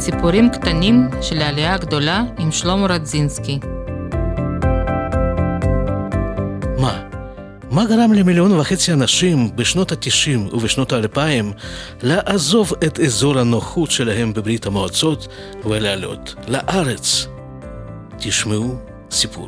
סיפורים קטנים של העלייה הגדולה עם שלמה רדזינסקי. מה גרם ל1.5 מיליון אנשים בשנות ה-90 ובשנות ה-2000 לעזוב את אזור הנוחות שלהם בברית המועצות ולעלות לארץ? תשמעו סיפור.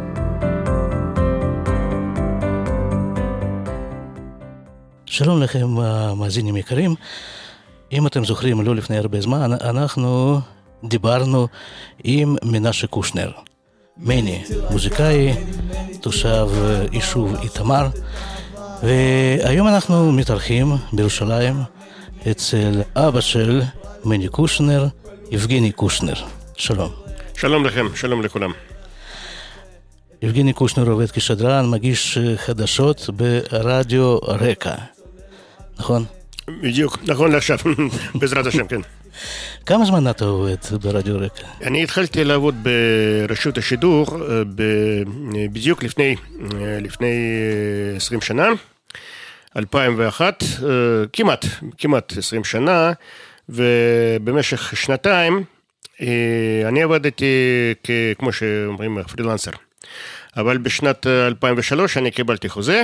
שלום לכם המאזינים יקרים. אם אתם זוכרים, לא לפני הרבה זמן, אנחנו דיברנו עם מנשה קושנר. מני, מוזיקאי, תושב יישוב איתמר, והיום אנחנו מתארחים בירושלים אצל אבא של מני קושנר, יבגני קושנר. שלום. שלום לכם, שלום לכולם. יבגני קושנר עובד כשדרן, מגיש חדשות ברדיו רקע. נכון? בדיוק, נכון לעכשיו, בעזרת השם, כן. כמה זמן אתה עובד ברדיו רקע? אני התחלתי לעבוד ברשות השידור בדיוק לפני 20 שנה, 2001, כמעט 20 שנה, ובמשך שנתיים אני עבדתי כמו שאומרים פרילנסר. אבל בשנת 2003 אני קיבלתי חוזה,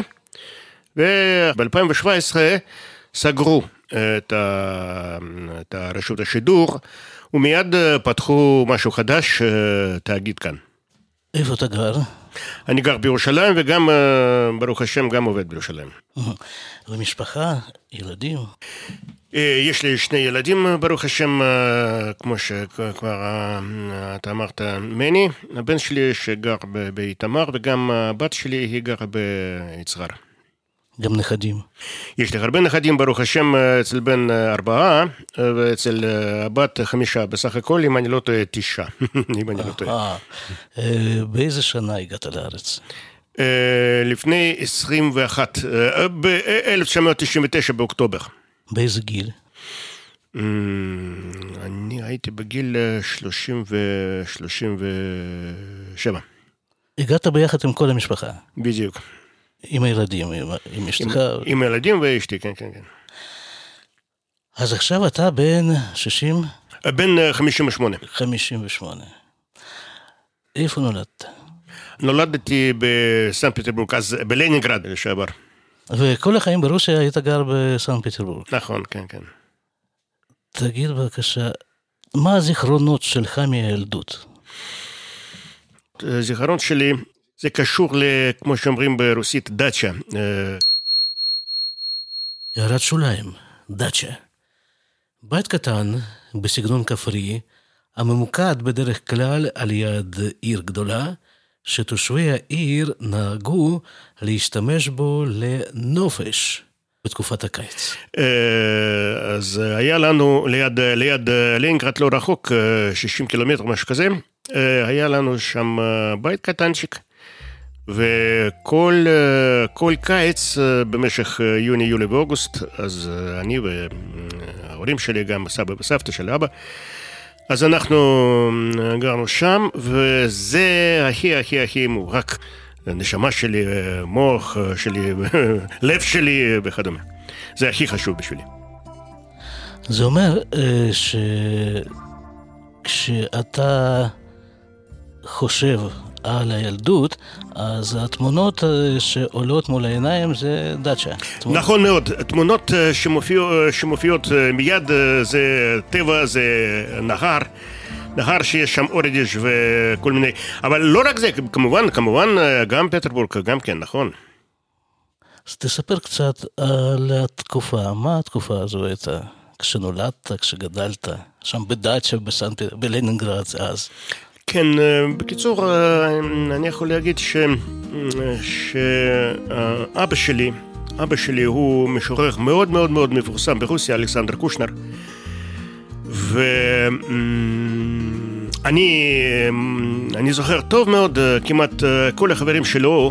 וב-2017 סגרו את רשות השידור, ומיד פתחו משהו חדש, תאגיד כאן. איפה אתה גר? אני גר בירושלים, וגם, ברוך השם, גם עובד בירושלים. ומשפחה, ילדים? יש לי 2 ילדים, ברוך השם, כמו שכבר אתה אמרת, מני, הבן שלי שגר באיתמר, וגם הבת שלי היא גרה ביצהר. גם נכדים. יש לי הרבה נכדים, ברוך השם, אצל בן 4, ואצל הבת 5, בסך הכל, אם אני לא טועה 9. אם אני לא טועה. באיזה שנה הגעת לארץ? לפני 21, ב-1999 באוקטובר. באיזה גיל? אני הייתי בגיל 37. הגעת ביחד עם כל המשפחה? בדיוק. עם הילדים, עם אשתך? עם הילדים ואשתי, כן. אז עכשיו אתה בן 60? בן 58. 58. איפה נולדת? נולדתי בסן פטרבורג, אז בלנינגרד לשעבר. וכל החיים ברוסיה היית גר בסן פטרבורג. נכון, כן. תגיד בבקשה, מה הזיכרונות שלך מהילדות? הזיכרון שלי, זה קשור כמו שאומרים ברוסית, דאצ'ה. הערת שוליים, דאצ'ה. בית קטן בסגנון כפרי, הממוקד בדרך כלל על יד עיר גדולה, שתושבי העיר נהגו להשתמש בו לנופש בתקופת הקיץ. אז היה לנו ליד לנינגרד לא רחוק, 60 קילומטר, משהו כזה, היה לנו שם בית קטנצ'יק, וכל קיץ במשך יוני, יולי ואוגוסט, אז אני וההורים שלי, גם סבא וסבתא של אבא, אז אנחנו גרנו שם, וזה הכי מובהק, נשמה שלי, מוח שלי, לב שלי וכדומה. זה הכי חשוב בשבילי. זה אומר כשאתה חושב על הילדות, אז התמונות שעולות מול העיניים זה דאצ'ה. נכון מאוד, תמונות שמופיעות מיד, זה טבע, זה נהר שיש שם אורדיש וכל מיני, אבל לא רק זה, כמובן גם פטרבורג, גם כן, נכון. אז תספר קצת על התקופה, מה התקופה הזו הייתה? כשנולדת, כשגדלת, שם בדאצ'ה, בלנינגרד אז. כן, בקיצור, אני יכול להגיד שאבא שלי הוא משורר מאוד מאוד מאוד מפורסם ברוסיה, אלכסנדר קושנר, ואני זוכר טוב מאוד כמעט כל החברים שלו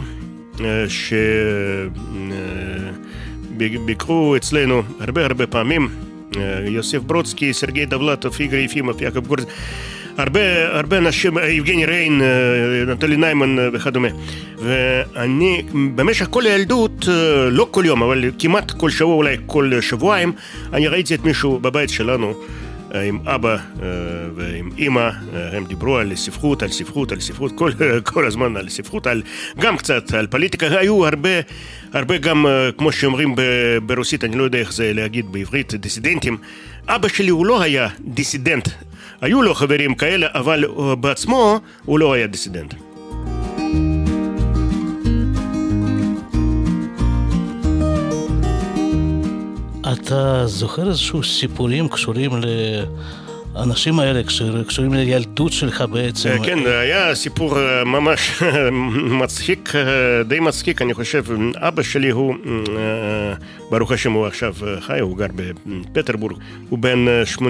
שביקרו אצלנו הרבה פעמים, יוסף ברודסקי, סרגי דבלטוב, איגר יפימוב, יעקב גורז, הרבה אנשים, יבגני ריין, נטלי ניימן וכדומה. ואני במשך כל הילדות, לא כל יום, אבל כמעט כל שבוע, אולי כל שבועיים, אני ראיתי את מישהו בבית שלנו עם אבא ועם אמא, הם דיברו על ספרות, כל הזמן על ספרות, גם קצת על פוליטיקה, היו הרבה גם, כמו שאומרים ברוסית, אני לא יודע איך זה להגיד בעברית, דיסידנטים. אבא שלי הוא לא היה דיסידנט, היו לו חברים כאלה, אבל בעצמו הוא לא היה דיסידנט. אתה זוכר איזשהו סיפורים קשורים לאנשים האלה, קשורים לילדות שלך בעצם? כן, היה סיפור ממש מצחיק, די מצחיק, אני חושב. אבא שלי הוא, ברוך השם הוא עכשיו חי, הוא גר בפטרבורג, הוא בן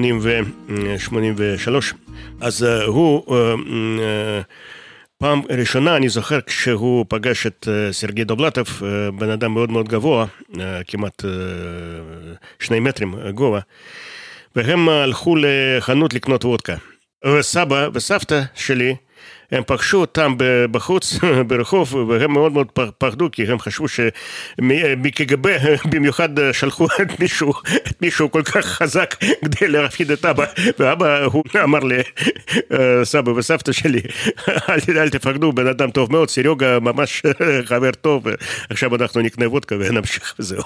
83, אז הוא פעם ראשונה אני זוכר כשהוא פגש את סרגי דובלטוב, בן אדם מאוד מאוד גבוה, כמעט 2 מטרים גובה, והם הלכו לחנות לקנות וודקה. וסבא וסבתא שלי, הם פגשו אותם בחוץ, ברחוב, והם מאוד מאוד פחדו, כי הם חשבו שמקג"ב במיוחד שלחו את מישהו כל כך חזק כדי להפחיד את אבא, ואבא הוא אמר לסבא וסבתא שלי, אל תפחדו, בן אדם טוב מאוד, סיריוגה ממש חבר טוב, עכשיו אנחנו נקנה וודקה ונמשיך וזהו.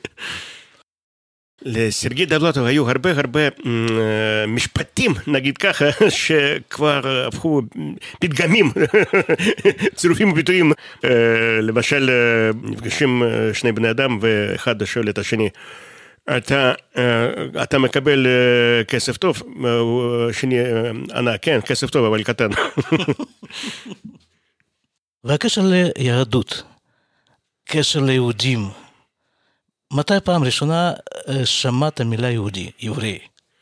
לסרגי דובלטוב היו הרבה משפטים, נגיד ככה, שכבר הפכו פתגמים, צירופים וביטויים. למשל, נפגשים 2 בני אדם, ואחד שואל את השני, אתה מקבל כסף טוב? השני ענה, כן, כסף טוב, אבל קטן. והקשר ליהדות, קשר ליהודים, מתי פעם ראשונה שמעת מילה יהודי, יברי?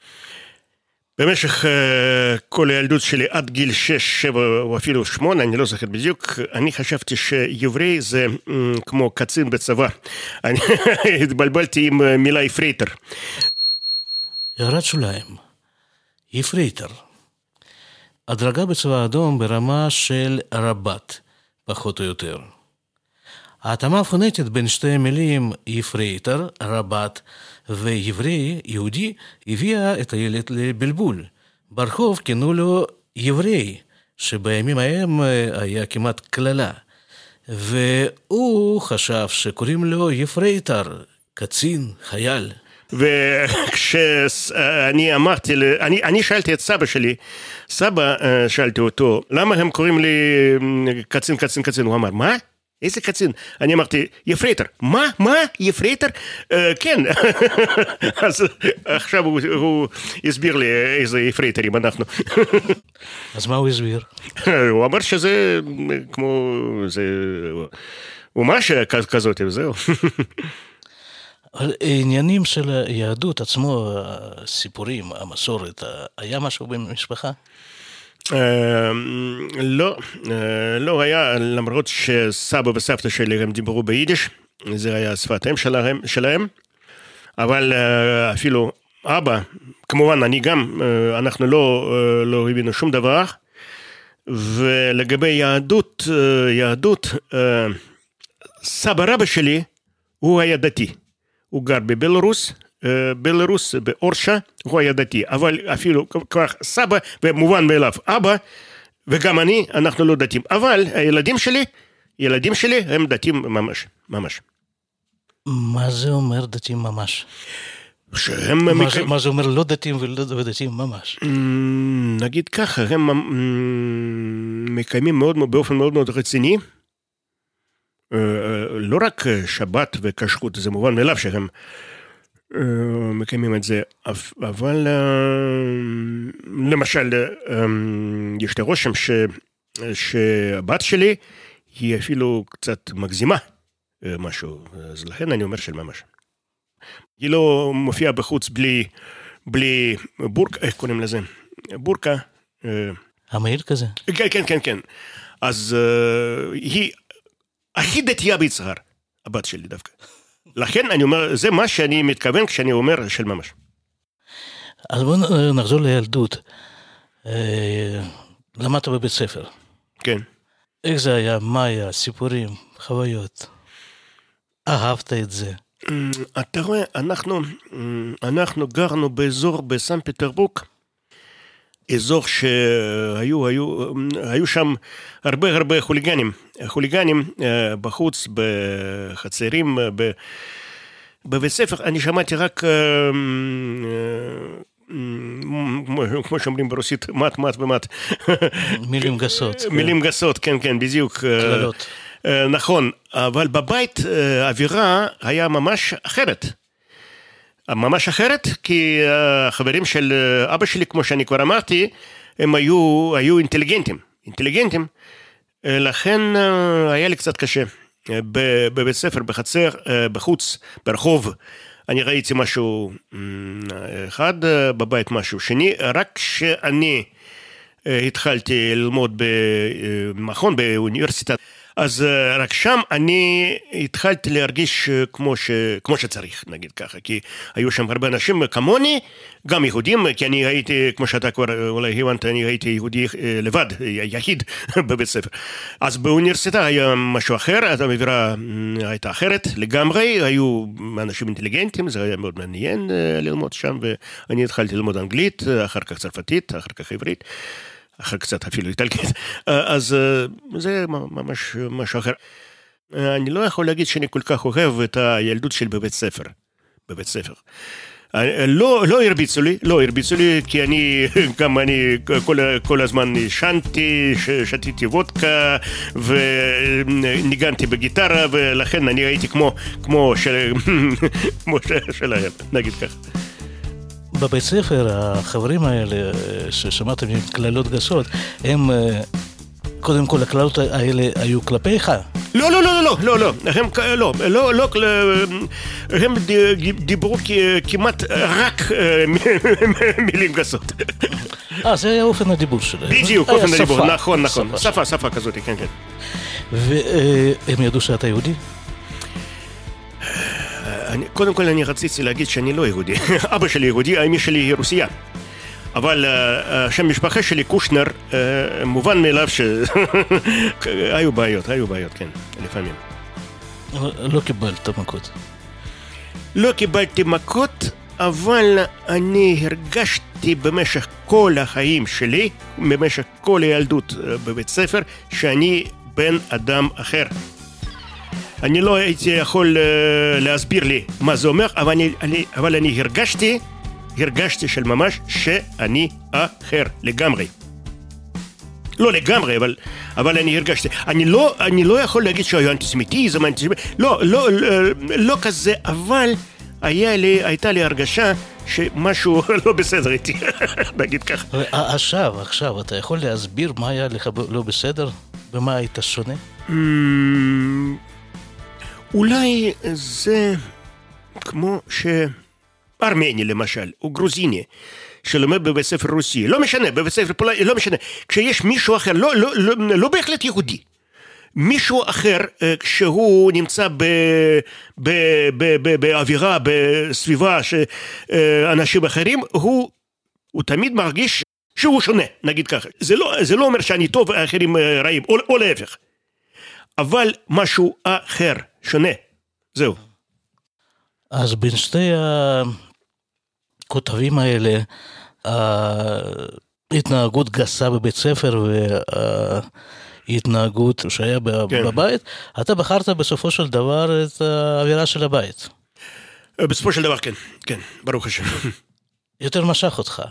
במשך כל הילדות שלי עד גיל 6, 7 או אפילו 8, אני לא זוכר בדיוק, אני חשבתי שיברי זה כמו קצין בצבא. אני התבלבלתי עם מילה יפרייטר. הערת שוליים, יפרייטר. הדרגה בצבא האדום ברמה של רב"ט, פחות או יותר. ההתאמה הפונטית בין שתי המילים יפרייטר, רב"ט ויברי, יהודי, הביאה את הילד לבלבול. ברחוב כינו לו יברי, שבימים ההם היה כמעט כללה. והוא חשב שקוראים לו יפרייטר, קצין, חייל. וכשאני אמרתי, אני שאלתי את סבא שלי, שאלתי אותו, למה הם קוראים לי קצין? הוא אמר, מה? איזה קצין? אני אמרתי, יפרייטר. מה? יפרייטר? כן. אז עכשיו הוא הסביר לי איזה יפרייטרים אנחנו. אז מה הוא הסביר? הוא אמר שזה כמו, זה אומה כזאת, וזהו. על עניינים של היהדות עצמו, הסיפורים, המסורת, היה משהו במשפחה? לא היה, למרות שסבא וסבתא שלי הם דיברו ביידיש, זה היה שפת אם שלהם, אבל אפילו אבא, כמובן אני גם, אנחנו לא הבינו שום דבר, ולגבי יהדות, סבא רבא שלי הוא היה דתי, הוא גר בבלרוס, באורשה, הוא היה דתי, אבל אפילו כבר סבא, ומובן מאליו, אבא, וגם אני, אנחנו לא דתיים, אבל הילדים שלי הם דתיים ממש. מה זה אומר דתיים ממש? מה זה אומר לא דתיים ודתיים ממש? נגיד ככה, הם מקיימים באופן מאוד מאוד רציני, לא רק שבת וכשרות, זה מובן מאליו שהם מקיימים את זה, אבל למשל יש לי רושם שהבת שלי היא אפילו קצת מגזימה משהו, אז לכן אני אומר של ממש. היא לא מופיעה בחוץ בלי בורקה, איך קוראים לזה? בורקה. המהיר כזה? כן. אז היא הכי דתייה ביצהר, הבת שלי דווקא. לכן אני אומר, זה מה שאני מתכוון כשאני אומר של ממש. אז בואו נחזור לילדות. למדת בבית ספר. כן. איך זה היה? מה היה? סיפורים, חוויות. אהבת את זה? אתה רואה, אנחנו גרנו באזור בסן פטרבורג, אזור שהיו שם הרבה חוליגנים בחוץ, בחצרים, בבית ספר. אני שמעתי רק, כמו שאומרים ברוסית, מת ומת. מילים גסות. מילים גסות, כן, בדיוק. כללות. נכון, אבל בבית האווירה היה ממש אחרת. ממש אחרת, כי החברים של אבא שלי, כמו שאני כבר אמרתי, הם היו אינטליגנטים, לכן היה לי קצת קשה. בבית ספר, בחצר, בחוץ, ברחוב, אני ראיתי משהו אחד, בבית משהו שני, רק שאני התחלתי ללמוד במכון, באוניברסיטה, אז רק שם אני התחלתי להרגיש כמו שצריך, נגיד ככה, כי היו שם הרבה אנשים כמוני, גם יהודים, כי אני הייתי, כמו שאתה כבר אולי הבנת, אני הייתי יהודי לבד, יחיד בבית ספר. אז באוניברסיטה היה משהו אחר, האווירה הייתה אחרת לגמרי, היו אנשים אינטליגנטים, זה היה מאוד מעניין ללמוד שם, ואני התחלתי ללמוד אנגלית, אחר כך צרפתית, אחר כך עברית. אחר קצת אפילו איטלקית, אז זה ממש משהו אחר. אני לא יכול להגיד שאני כל כך אוהב את הילדות שלי בבית ספר. לא הרביצו לי, כי אני כל הזמן שתיתי וודקה, וניגנתי בגיטרה, ולכן אני הייתי כמו שלהם, נגיד ככה. בבית ספר, החברים האלה ששמעתם עם כללות גסות, הם, קודם כל, הכללות האלה היו כלפיך? לא, הם דיברו כמעט רק מילים גסות. זה היה אופן הדיבור שלהם. בדיוק, אופן הדיבור, נכון, שפה כזאת, כן. והם ידעו שאתה יהודי? קודם כל אני רציתי להגיד שאני לא יהודי. אבא שלי יהודי, אמי שלי היא רוסיה. אבל השם משפחה שלי קושנר, מובן מאליו שהיו בעיות, כן, לפעמים. לא קיבלת מכות. לא קיבלתי מכות, אבל אני הרגשתי במשך כל החיים שלי, במשך כל הילדות בבית ספר, שאני בן אדם אחר. אני לא הייתי יכול להסביר לי מה זה אומר, אבל אני הרגשתי של ממש שאני אחר לגמרי. לא לגמרי, אבל אני הרגשתי. אני לא יכול להגיד שהיו אנטיסמיטיזם, לא כזה, אבל הייתה לי הרגשה שמשהו לא בסדר איתי, נגיד ככה. עכשיו, אתה יכול להסביר מה היה לך לא בסדר? במה היית שונה? אולי זה כמו ארמני למשל, או גרוזיני, שלומד בבית ספר רוסי, לא משנה, בבית ספר פולני, לא משנה, כשיש מישהו אחר, לא בהחלט יהודי, מישהו אחר, כשהוא נמצא באווירה, בסביבה שאנשים אחרים, הוא תמיד מרגיש שהוא שונה, נגיד ככה. זה לא אומר שאני טוב ואחרים רעים, או להפך. אבל משהו אחר, שונה. זהו. אז בין שתי הכותבים האלה, ההתנהגות גסה בבית ספר וההתנהגות שהיה בבית, אתה בחרת בסופו של דבר את האווירה של הבית. בסופו של דבר, כן, ברוך השם. יותר משך אותך.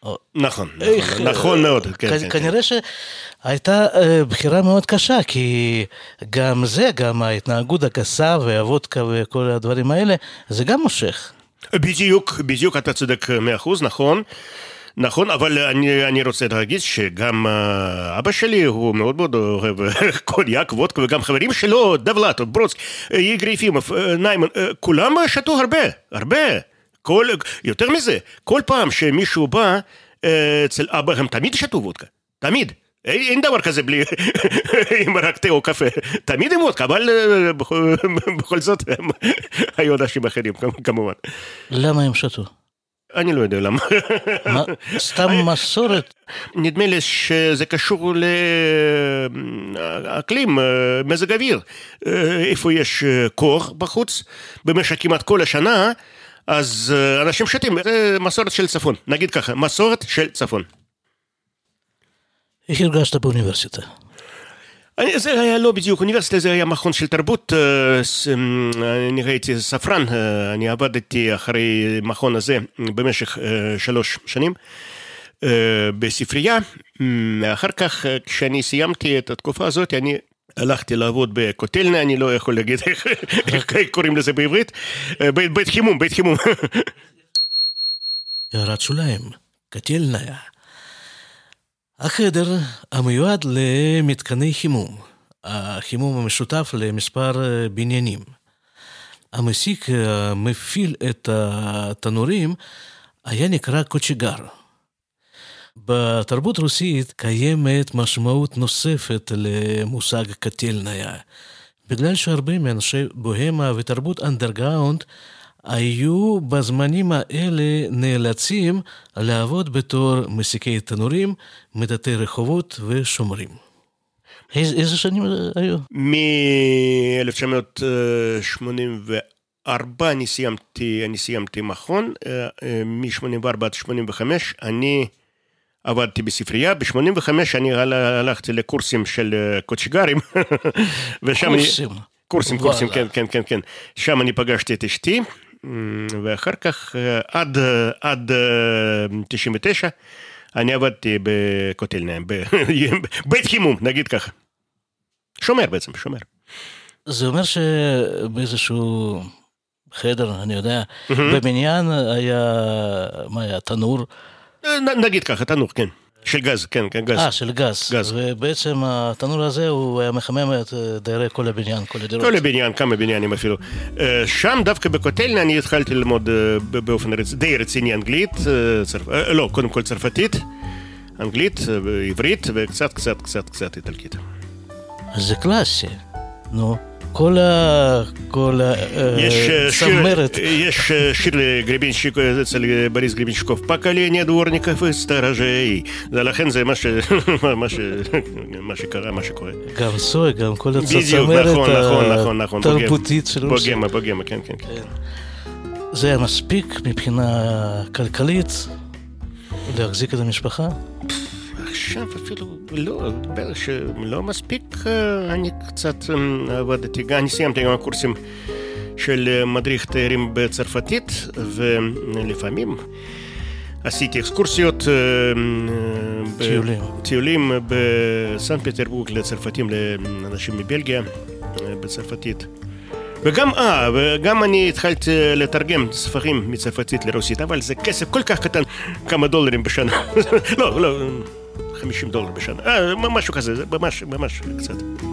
נכון מאוד. כנראה שהייתה בחירה מאוד קשה, כי גם ההתנהגות הגסה והוודקה וכל הדברים האלה, זה גם מושך. בדיוק, אתה צודק 100%, נכון, אבל אני רוצה להגיד שגם אבא שלי הוא מאוד מאוד אוהב קוניאק, וודקה, וגם חברים שלו, דבלטוב, ברודסקי, איגר יפימוב, ניימן, כולם שתו הרבה. יותר מזה, כל פעם שמישהו בא אצל אבא, הם תמיד שתו וודקה, תמיד. אין דבר כזה בלי עם רק תה או קפה, תמיד עם וודקה, אבל בכל זאת הם היו אנשים אחרים כמובן. למה הם שתו? אני לא יודע למה. סתם מסורת? נדמה לי שזה קשור לאקלים, מזג אוויר. איפה יש קור בחוץ, במשך כמעט כל השנה, אז אנשים שתים, זה מסורת של צפון. נגיד ככה, מסורת של צפון. איך הרגשת באוניברסיטה? זה היה לא בדיוק אוניברסיטה, זה היה מכון של תרבות, אני ראיתי ספרן, אני עבדתי אחרי מכון הזה במשך 3 שנים בספרייה, אחר כך כשאני סיימתי את התקופה הזאת, אני הלכתי לעבוד בקוטלנה, אני לא יכול להגיד איך קוראים לזה בעברית, בית חימום. הערת שוליים, קוטלנה. החדר המיועד למתקני חימום, החימום המשותף למספר בניינים. המסיק המפעיל את התנורים היה נקרא קוצ'יגר. בתרבות רוסית קיימת משמעות נוספת למושג קוטלניה, בגלל שהרבה מאנשי בוהמה ותרבות אנדרגראונד היו בזמנים האלה נאלצים לעבוד בתור מסיקי תנורים, מטאטאי רחובות ושומרים. איזה שנים היו? מ-1984 אני סיימתי מכון, מ-84 עד 85 אני עבדתי בספרייה, ב-85 אני הלכתי לקורסים של קוצ'יגרים. קורסים, כן. שם אני פגשתי את אשתי, ואחר כך עד 99 אני עבדתי בקוטלנה, בית חימום, נגיד ככה. שומר בעצם, שומר. זה אומר שבאיזשהו חדר, אני יודע, בבניין היה תנור? נגיד ככה, תנור, כן. של גז, כן, גז. של גז. ובעצם התנור הזה הוא היה מחמם את דיירי כל הבניין, כל הדירות. כל הבניין, כמה בניינים אפילו. שם דווקא בקוטלנה אני התחלתי ללמוד באופן די רציני אנגלית, לא, קודם כל צרפתית, אנגלית, עברית וקצת איטלקית. אז זה קלאסי, נו. כל צמרת. יש שיר לגריבינשיקוב, אצל בוריס גריבינשיקוב, поколение дворников и сторожей. לכן זה מה שקרה, מה שקורה. גם סוי, גם כל הצמרת התרבותית של רוסיה. בוגמה, כן. זה היה מספיק מבחינה כלכלית להחזיק את המשפחה? עכשיו אפילו לא מספיק, אני קצת עבדתי, אני סיימתי גם הקורסים של מדריך תיירים בצרפתית, ולפעמים עשיתי אקסקורסיות, טיולים בסנט פטרבורג לצרפתים, לאנשים מבלגיה בצרפתית. וגם אני התחלתי לתרגם ספרים מצרפתית לרוסית, אבל זה כסף כל כך קטן, כמה דולרים בשנה. לא, $50 בשנה. משהו כזה, זה ממש קצת.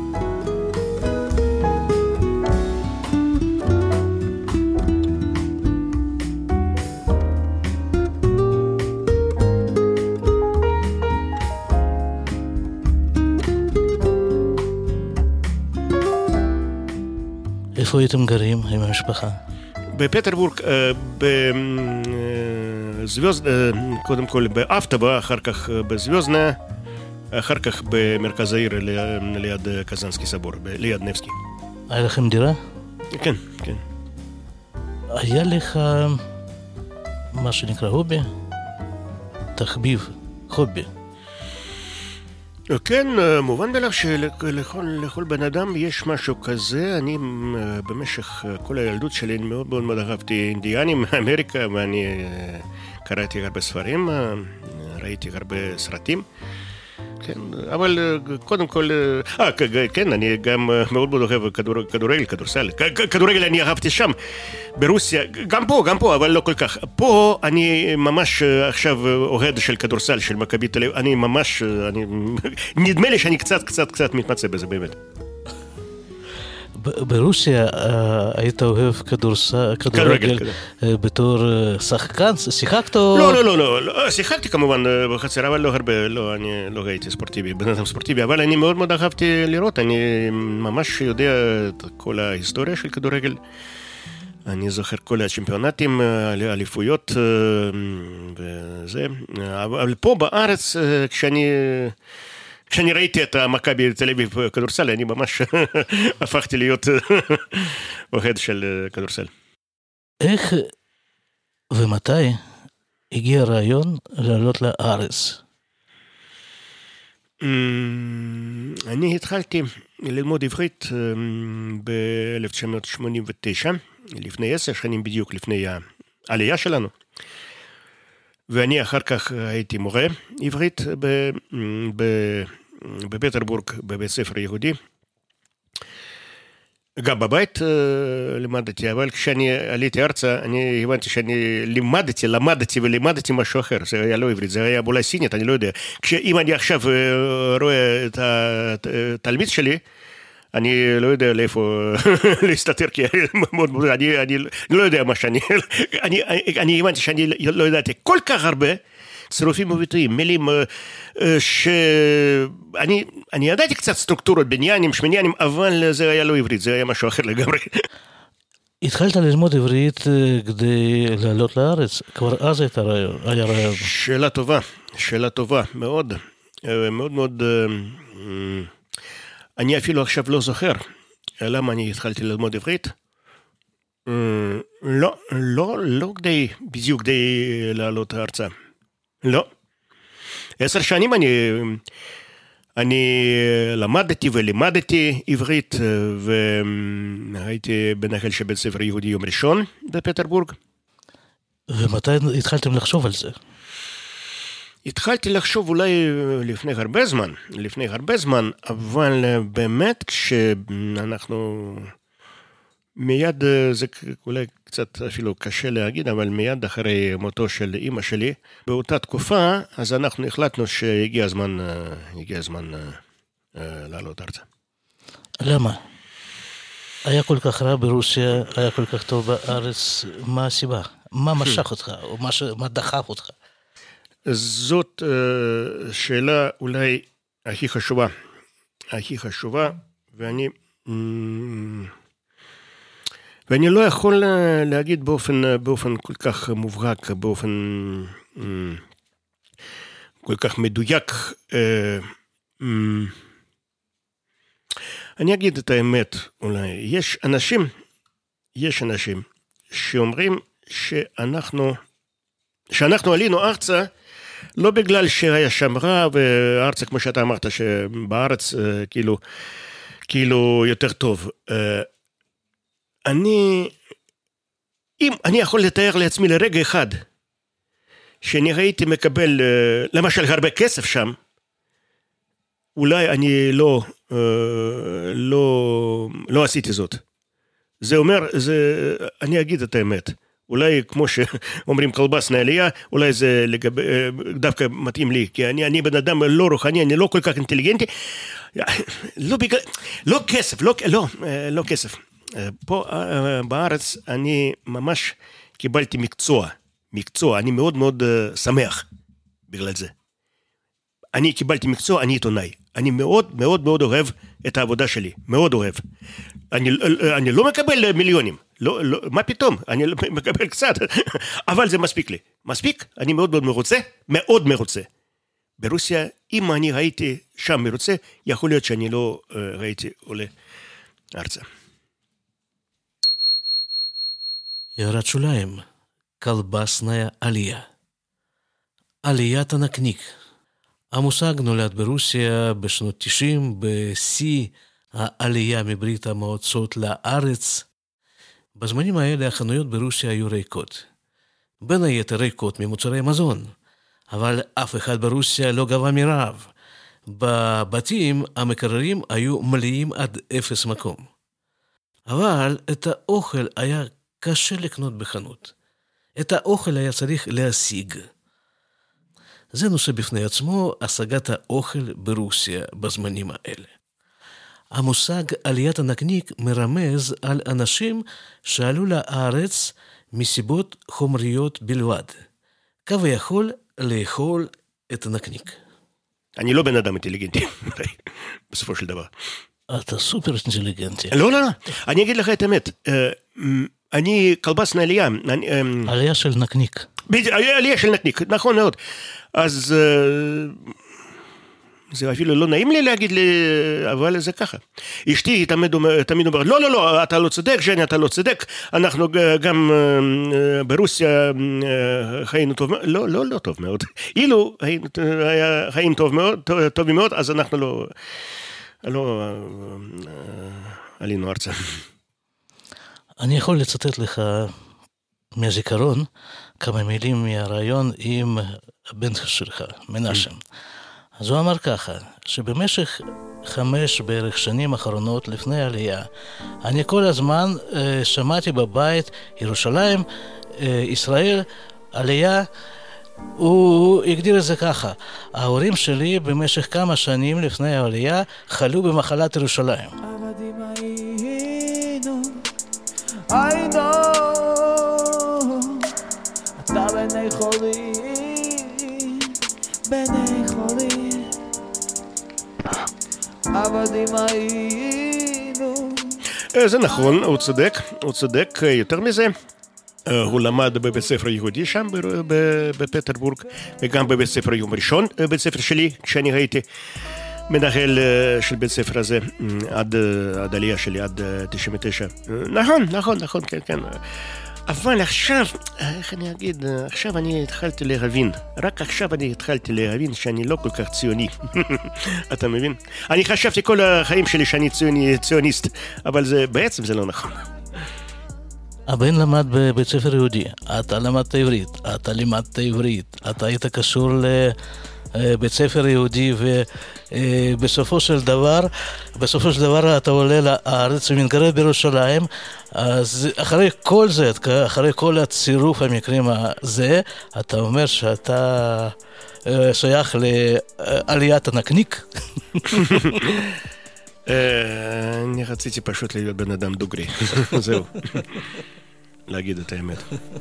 איפה הייתם גרים עם המשפחה? בפטרבורג, קודם כל באפטבה, אחר כך בזוויוזנה, אחר כך במרכז העיר ליד קזנסקי סבור, ליד נבסקי. היה לכם דירה? כן. היה לך מה שנקרא הובי? תחביב, הובי. כן, מובן בלב שלכל בן אדם יש משהו כזה. אני במשך כל הילדות שלי מאוד מאוד אהבתי אינדיאנים מאמריקה, ואני קראתי הרבה ספרים, ראיתי הרבה סרטים. כן, אבל קודם כל, כן, אני גם מאוד מאוד אוהב כדורגל, כדורסל. כדורגל אני אהבתי שם, ברוסיה, גם פה, אבל לא כל כך. פה אני ממש עכשיו אוהד של כדורסל, של מכבי תל אביב. אני ממש, נדמה לי שאני קצת מתמצא בזה באמת. ברוסיה היית אוהב כדורגל בתור שחקן? שיחקת או... לא, שיחקתי כמובן בחצר, אבל לא הרבה, אני לא הייתי ספורטיבי, בן אדם ספורטיבי, אבל אני מאוד מאוד אהבתי לראות, אני ממש יודע את כל ההיסטוריה של כדורגל, אני זוכר כל הצ'מפיונטים, אליפויות וזה. אבל פה בארץ, כשאני ראיתי את מכבי תל אביב כדורסל, אני ממש הפכתי להיות אוהד של כדורסל. איך ומתי הגיע הרעיון לעלות לארץ? אני התחלתי ללמוד עברית ב-1989, לפני 10 שנים בדיוק, לפני העלייה שלנו. ואני אחר כך הייתי מורה עברית בפטרבורג, בבית ספר יהודי. גם בבית לימדתי, אבל כשאני עליתי ארצה, אני הבנתי שאני למדתי משהו אחר. זה היה לא עברית, זה היה אולי סינית, אני לא יודע. אם אני עכשיו רואה את התלמיד שלי, אני לא יודע לאיפה להסתתר, כי אני לא יודע מה שאני... אני הבנתי שאני לא ידעתי כל כך הרבה צירופים וביטויים, מילים אני ידעתי קצת סטרוקטורות, בניינים, שמניינים, אבל זה היה לא עברית, זה היה משהו אחר לגמרי. התחלת ללמוד עברית כדי לעלות לארץ? כבר אז היה רעיון. שאלה טובה, מאוד, מאוד מאוד... אני אפילו עכשיו לא זוכר למה אני התחלתי ללמוד עברית. לא בדיוק כדי לעלות ארצה. לא. 10 שנים אני למדתי ולימדתי עברית, והייתי מנהל של בית ספר יהודי יום ראשון בפטרבורג. ומתי התחלתם לחשוב על זה? התחלתי לחשוב אולי לפני הרבה זמן, אבל באמת כשאנחנו מיד, זה אולי קצת אפילו קשה להגיד, אבל מיד אחרי מותו של אמא שלי, באותה תקופה, אז אנחנו החלטנו שהגיע הזמן לעלות ארצה. למה? היה כל כך רע ברוסיה, היה כל כך טוב בארץ, מה הסיבה? מה משך אותך, או מה דחף אותך? זאת שאלה אולי הכי חשובה, ואני לא יכול להגיד באופן כל כך מובהק, באופן כל כך מדויק. אני אגיד את האמת אולי. יש אנשים שאומרים שאנחנו עלינו ארצה, לא בגלל שהיה שם רע, וארצה כמו שאתה אמרת, שבארץ כאילו יותר טוב. אני יכול לתאר לעצמי לרגע אחד, שאני הייתי מקבל, למשל, הרבה כסף שם, אולי אני לא עשיתי זאת. זה אומר, אני אגיד את האמת. אולי כמו שאומרים קלבסנה עלייה, אולי זה דווקא מתאים לי, כי אני בן אדם לא רוחני, אני לא כל כך אינטליגנטי, לא כסף. פה בארץ אני ממש קיבלתי מקצוע, אני מאוד מאוד שמח בגלל זה. אני קיבלתי מקצוע, אני עיתונאי. אני מאוד מאוד מאוד אוהב את העבודה שלי, מאוד אוהב. אני לא מקבל מיליונים, לא, מה פתאום? אני מקבל קצת, אבל זה מספיק לי. מספיק? אני מאוד מאוד מרוצה. ברוסיה, אם אני הייתי שם מרוצה, יכול להיות שאני לא ראיתי עולה ארצה. הערת שוליים, קלבסניה עלייה. עליית הנקניק. המושג נולד ברוסיה בשנות 90, בשיא העלייה מברית המועצות לארץ. בזמנים האלה החנויות ברוסיה היו ריקות. בין היתר ריקות ממוצרי מזון, אבל אף אחד ברוסיה לא גבה מרעב. בבתים המקררים היו מלאים עד 0 מקום. אבל את האוכל היה קשה לקנות בחנות. את האוכל היה צריך להשיג. זה נושא בפני עצמו, השגת האוכל ברוסיה בזמנים האלה. המושג עליית הנקניק מרמז על אנשים שעלו לארץ מסיבות חומריות בלבד, כביכול לאכול את הנקניק. אני לא בן אדם אינטליגנטי, בסופו של דבר. אתה סופר אינטליגנטי. לא, אני אגיד לך את האמת. אני קלבסנה עלייה. עלייה של נקניק. עלייה של נקניק, נכון מאוד. אז זה אפילו לא נעים לי להגיד לי, אבל זה ככה. אשתי תמיד אומרת, לא, אתה לא צודק, ז'ני, אתה לא צודק, אנחנו גם ברוסיה חיינו טוב מאוד, לא טוב מאוד. אילו היה חיים טובים מאוד, אז אנחנו לא עלינו ארצה. אני יכול לצטט לך מהזיכרון כמה מילים מהרעיון עם הבן שלך, מנשה. אז הוא אמר ככה, שבמשך 5 בערך שנים אחרונות לפני העלייה, אני כל הזמן שמעתי בבית ירושלים, ישראל, עלייה, הוא הגדיר את זה ככה, ההורים שלי במשך כמה שנים לפני העלייה חלו במחלת ירושלים. עבדים היינו, היינו, אתה בני חולים, בני חולים, עבדים היינו. זה נכון, הוא צודק, יותר מזה. הוא למד בבית ספר יהודי שם בפטרבורג, וגם בבית ספר יום ראשון, בית ספר שלי, כשאני הייתי מנהל של בית ספר הזה עד עלייה שלי, עד 99. נכון, כן. אבל עכשיו, איך אני אגיד, עכשיו אני התחלתי להבין, רק עכשיו אני התחלתי להבין שאני לא כל כך ציוני. אתה מבין? אני חשבתי כל החיים שלי שאני ציוניסט, אבל בעצם זה לא נכון. הבן למד בבית ספר יהודי, אתה למדת עברית, אתה לימדת עברית, אתה היית קשור לבית ספר יהודי, ובסופו של דבר אתה עולה לארץ ומתגורר בירושלים. אז אחרי כל זה, אחרי כל הצירוף המקרים הזה, אתה אומר שאתה שייך לעליית הנקניק? אני רציתי פשוט להיות בן אדם דוגרי, זהו, להגיד את האמת.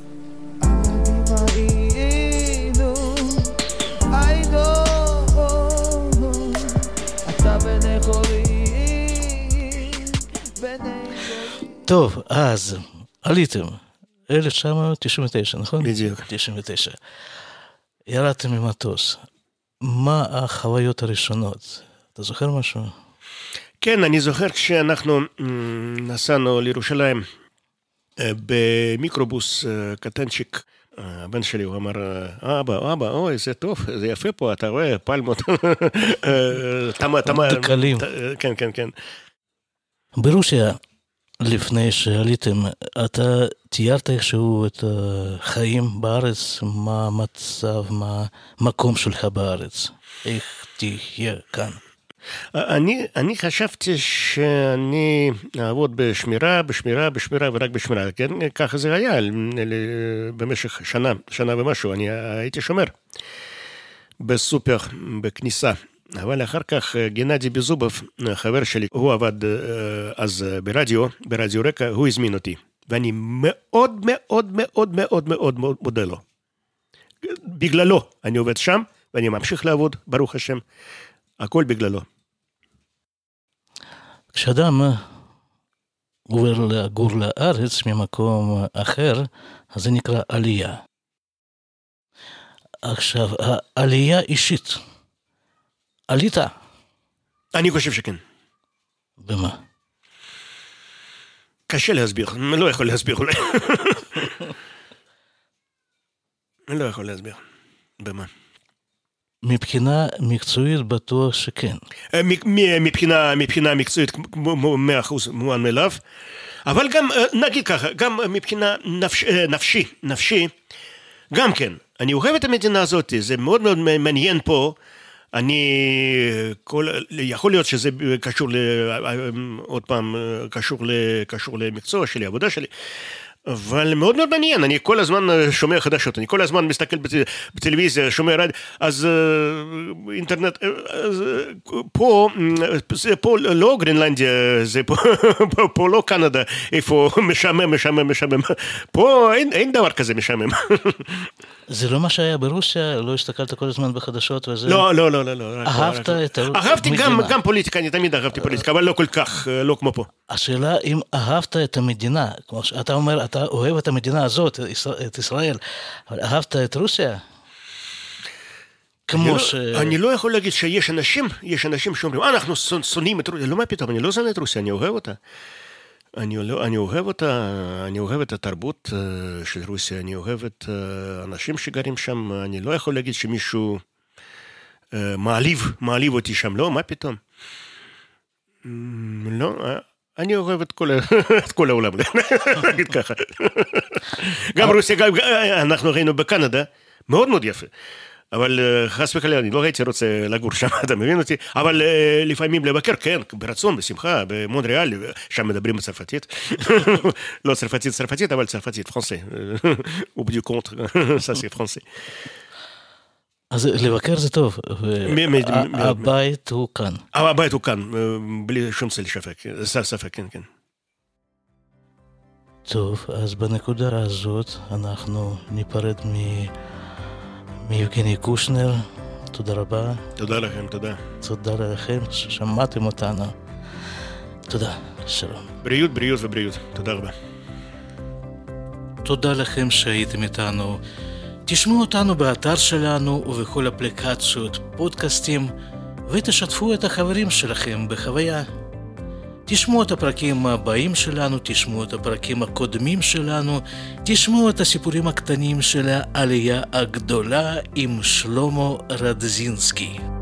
טוב, אז עליתם 1999, נכון? בדיוק. 99. ירדתם ממטוס. מה החוויות הראשונות? אתה זוכר משהו? כן, אני זוכר כשאנחנו נסענו לירושלים במיקרובוס קטנצ'יק. הבן שלי, הוא אמר, אבא, אוי, זה טוב, זה יפה פה, אתה רואה, פלמות. דקלים. כן. ברוסיה, לפני שעליתם, אתה תיארת איכשהו את החיים בארץ, מה המצב, מה המקום שלך בארץ, איך תהיה כאן? אני חשבתי שאני אעבוד בשמירה ורק בשמירה, כן? ככה זה היה במשך שנה ומשהו, אני הייתי שומר בסופר, בכניסה. אבל אחר כך גנדי ביזובוב, חבר שלי, הוא עבד אז ברדיו רקע, הוא הזמין אותי. ואני מאוד מודה לו. בגללו אני עובד שם, ואני ממשיך לעבוד, ברוך השם. הכל בגללו. כשאדם עובר לגור לארץ ממקום אחר, אז זה נקרא עלייה. עכשיו, העלייה אישית. עלית? אני חושב שכן. במה? קשה להסביר, אני לא יכול להסביר אולי. אני לא יכול להסביר. במה? מבחינה מקצועית בטוח שכן. מבחינה מקצועית 100% מובן מאליו, אבל גם, נגיד ככה, גם מבחינה נפשי, גם כן. אני אוהב את המדינה הזאת, זה מאוד מאוד מעניין פה, יכול להיות שזה קשור, עוד פעם, קשור למקצוע שלי, עבודה שלי, אבל מאוד מאוד מעניין, אני כל הזמן שומע חדשות, אני כל הזמן מסתכל בטלוויזיה, שומע רדיו, אז אינטרנט, פה לא גרינלנדיה, פה לא קנדה, איפה משעמם, פה אין דבר כזה משעמם. זה לא מה שהיה ברוסיה? לא הסתכלת כל הזמן בחדשות וזה? לא. אהבת את המדינה? אהבתי גם פוליטיקה, אני תמיד אהבתי פוליטיקה, אבל לא כל כך, לא כמו פה. השאלה אם אהבת את המדינה, כמו שאתה אומר, אתה אוהב את המדינה הזאת, את ישראל, אבל אהבת את רוסיה? כמו אני לא יכול להגיד שיש אנשים שאומרים, אנחנו שונאים את רוסיה, לא מה פתאום, אני לא שונא את רוסיה, אני אוהב אותה. אני אוהב אותה, אני אוהב את התרבות של רוסיה, אני אוהב את האנשים שגרים שם, אני לא יכול להגיד שמישהו מעליב אותי שם, לא, מה פתאום? לא, אני אוהב את כל העולם, נגיד ככה. גם רוסיה, אנחנו ראינו בקנדה, מאוד מאוד יפה. אבל חס וחלילה, אני לא הייתי רוצה לגור שם, אתה מבין אותי? אבל לפעמים לבקר, כן, ברצון, בשמחה, במונריאל, שם מדברים בצרפתית. לא צרפתית, אבל צרפתית, פרנסי. או בדיוק קונט, ça c'est français. אז לבקר זה טוב, הבית הוא כאן. הבית הוא כאן, בלי שום צל ספק, כן. טוב, אז בנקודה הזאת אנחנו ניפרד מיבגני קושנר, תודה רבה. תודה לכם, תודה. תודה לכם ששמעתם אותנו. תודה, שלום. בריאות ובריאות, תודה רבה. תודה לכם שהייתם איתנו. תשמעו אותנו באתר שלנו ובכל אפליקציות פודקאסטים, ותשתפו את החברים שלכם בחוויה. תשמעו את הפרקים הבאים שלנו, תשמעו את הפרקים הקודמים שלנו, תשמעו את הסיפורים הקטנים של העלייה הגדולה עם שלמה רדזינסקי.